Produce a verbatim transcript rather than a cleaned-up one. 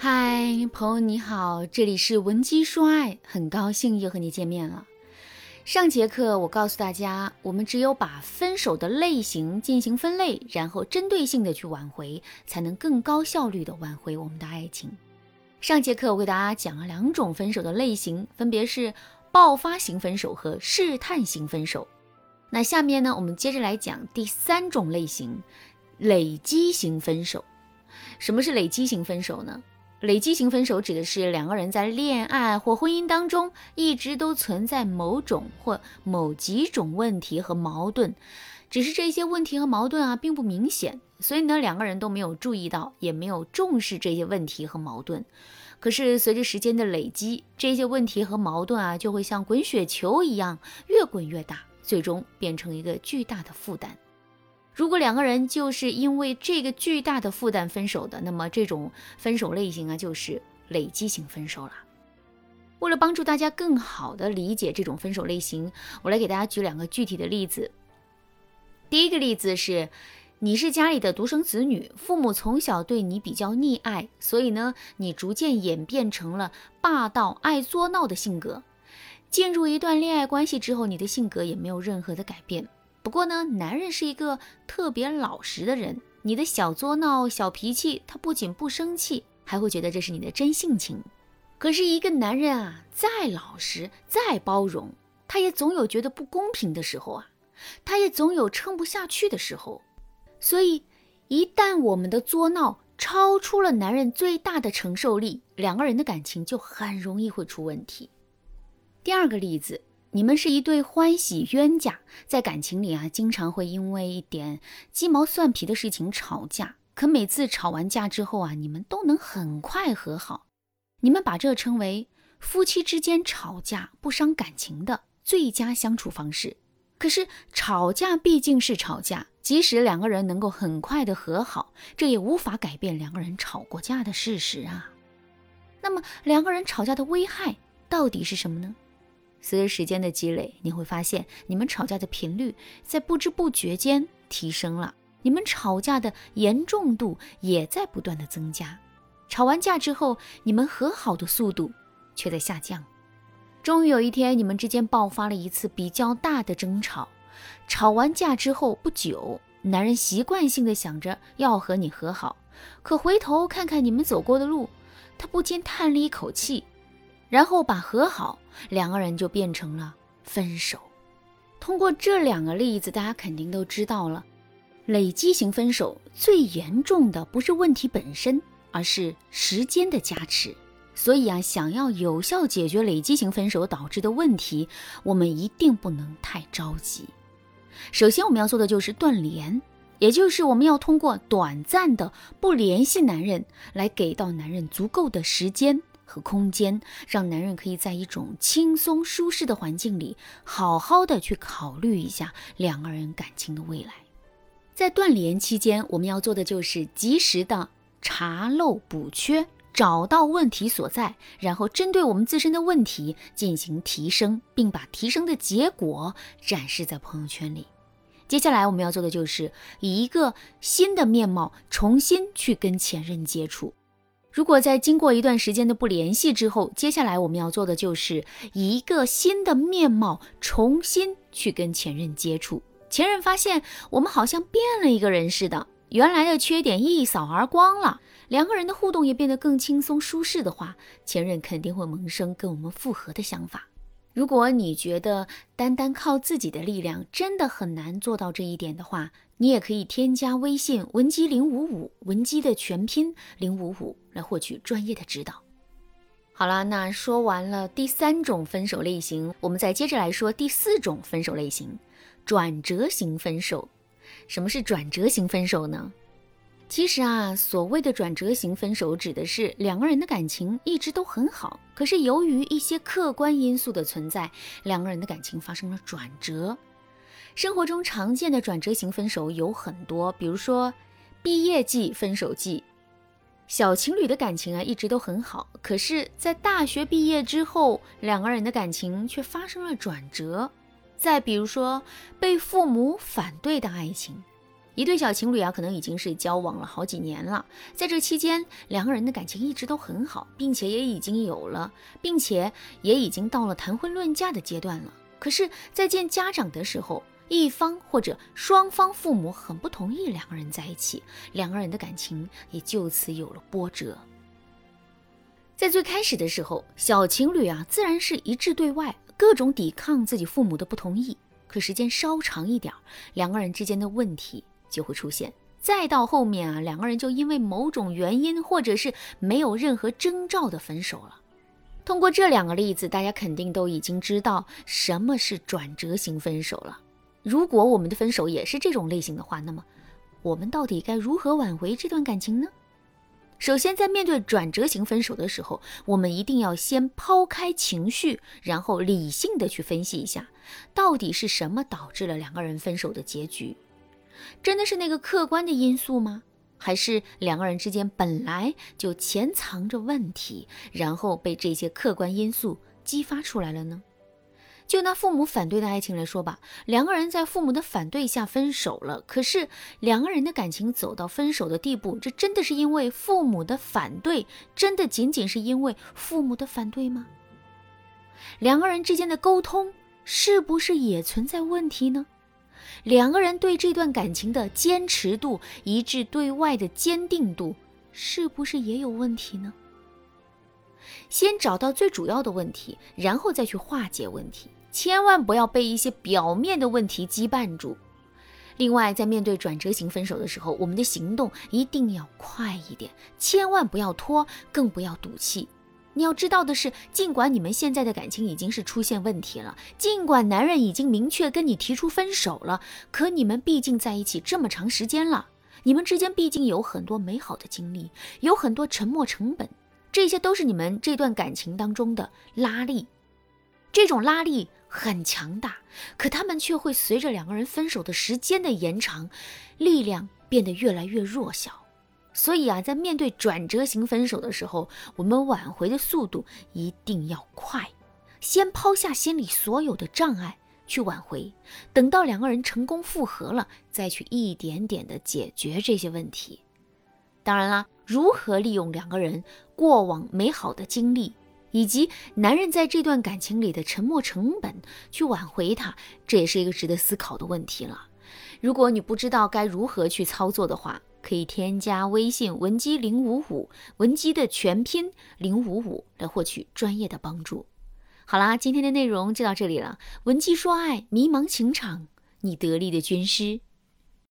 嗨，朋友你好，这里是文姬说爱，很高兴又和你见面了。上节课我告诉大家，我们只有把分手的类型进行分类，然后针对性的去挽回，才能更高效率的挽回我们的爱情。上节课我给大家讲了两种分手的类型，分别是爆发型分手和试探型分手。那下面呢，我们接着来讲第三种类型，累积型分手。什么是累积型分手呢？累积型分手指的是两个人在恋爱或婚姻当中一直都存在某种或某几种问题和矛盾，只是这些问题和矛盾啊并不明显，所以呢两个人都没有注意到，也没有重视这些问题和矛盾。可是随着时间的累积，这些问题和矛盾啊就会像滚雪球一样越滚越大，最终变成一个巨大的负担。如果两个人就是因为这个巨大的负担分手的，那么这种分手类型啊就是累积型分手了。为了帮助大家更好的理解这种分手类型，我来给大家举两个具体的例子。第一个例子是，你是家里的独生子女，父母从小对你比较溺爱，所以呢你逐渐演变成了霸道爱作闹的性格。进入一段恋爱关系之后，你的性格也没有任何的改变。不过呢，男人是一个特别老实的人，你的小作闹、小脾气，他不仅不生气，还会觉得这是你的真性情。可是一个男人啊，再老实、再包容，他也总有觉得不公平的时候啊，他也总有撑不下去的时候。所以，一旦我们的作闹超出了男人最大的承受力，两个人的感情就很容易会出问题。第二个例子，你们是一对欢喜冤家，在感情里啊，经常会因为一点鸡毛蒜皮的事情吵架，可每次吵完架之后啊，你们都能很快和好。你们把这称为夫妻之间吵架不伤感情的最佳相处方式。可是吵架毕竟是吵架，即使两个人能够很快的和好，这也无法改变两个人吵过架的事实啊。那么两个人吵架的危害到底是什么呢？随着时间的积累，你会发现你们吵架的频率在不知不觉间提升了，你们吵架的严重度也在不断的增加。吵完架之后，你们和好的速度却在下降。终于有一天，你们之间爆发了一次比较大的争吵。吵完架之后不久，男人习惯性的想着要和你和好，可回头看看你们走过的路，他不禁叹了一口气，然后把和好两个人就变成了分手。通过这两个例子，大家肯定都知道了，累积型分手最严重的不是问题本身，而是时间的加持。所以啊，想要有效解决累积型分手导致的问题，我们一定不能太着急。首先我们要做的就是断联，也就是我们要通过短暂的不联系男人，来给到男人足够的时间和空间，让男人可以在一种轻松舒适的环境里，好好的去考虑一下两个人感情的未来。在断联期间，我们要做的就是及时的查漏补缺，找到问题所在，然后针对我们自身的问题进行提升，并把提升的结果展示在朋友圈里。接下来我们要做的就是以一个新的面貌重新去跟前任接触。如果在经过一段时间的不联系之后，接下来我们要做的就是以一个新的面貌重新去跟前任接触。前任发现我们好像变了一个人似的，原来的缺点一扫而光了，两个人的互动也变得更轻松舒适的话，前任肯定会萌生跟我们复合的想法。如果你觉得单单靠自己的力量真的很难做到这一点的话，你也可以添加微信文姬零五五，文姬的全拼零五五，来获取专业的指导。好了，那说完了第三种分手类型，我们再接着来说第四种分手类型，转折型分手。什么是转折型分手呢？其实啊，所谓的转折型分手指的是两个人的感情一直都很好，可是由于一些客观因素的存在，两个人的感情发生了转折。生活中常见的转折型分手有很多，比如说毕业季分手季，小情侣的感情啊一直都很好，可是在大学毕业之后，两个人的感情却发生了转折。再比如说被父母反对的爱情， 一对小情侣啊，可能已经是交往了好几年了，在这期间，两个人的感情一直都很好，并且也已经有了，并且也已经到了谈婚论嫁的阶段了。可是，在见家长的时候，一方或者双方父母很不同意两个人在一起，两个人的感情也就此有了波折。在最开始的时候，小情侣啊，自然是一致对外，各种抵抗自己父母的不同意。可时间稍长一点，两个人之间的问题就会出现。再到后面啊，两个人就因为某种原因，或者是没有任何征兆的分手了。通过这两个例子，大家肯定都已经知道什么是转折型分手了。如果我们的分手也是这种类型的话，那么我们到底该如何挽回这段感情呢？首先，在面对转折型分手的时候，我们一定要先抛开情绪，然后理性的去分析一下，到底是什么导致了两个人分手的结局？真的是那个客观的因素吗？还是两个人之间本来就潜藏着问题，然后被这些客观因素激发出来了呢？就拿父母反对的爱情来说吧，两个人在父母的反对下分手了，可是两个人的感情走到分手的地步，这真的是因为父母的反对，真的仅仅是因为父母的反对吗？两个人之间的沟通是不是也存在问题呢？两个人对这段感情的坚持度，一致对外的坚定度，是不是也有问题呢？先找到最主要的问题，然后再去化解问题，千万不要被一些表面的问题羁绊住。另外，在面对转折型分手的时候，我们的行动一定要快一点，千万不要拖，更不要赌气。你要知道的是，尽管你们现在的感情已经是出现问题了，尽管男人已经明确跟你提出分手了，可你们毕竟在一起这么长时间了，你们之间毕竟有很多美好的经历，有很多沉没成本，这些都是你们这段感情当中的拉力。这种拉力很强大，可他们却会随着两个人分手的时间的延长，力量变得越来越弱小。所以啊，在面对转折型分手的时候，我们挽回的速度一定要快，先抛下心里所有的障碍去挽回，等到两个人成功复合了，再去一点点的解决这些问题。当然啦，如何利用两个人过往美好的经历，以及男人在这段感情里的沉没成本去挽回它，这也是一个值得思考的问题了。如果你不知道该如何去操作的话，可以添加微信文姬零五五，文姬的全拼零五五，来获取专业的帮助。好啦，今天的内容就到这里了。文姬说爱，迷茫情场，你得力的军师。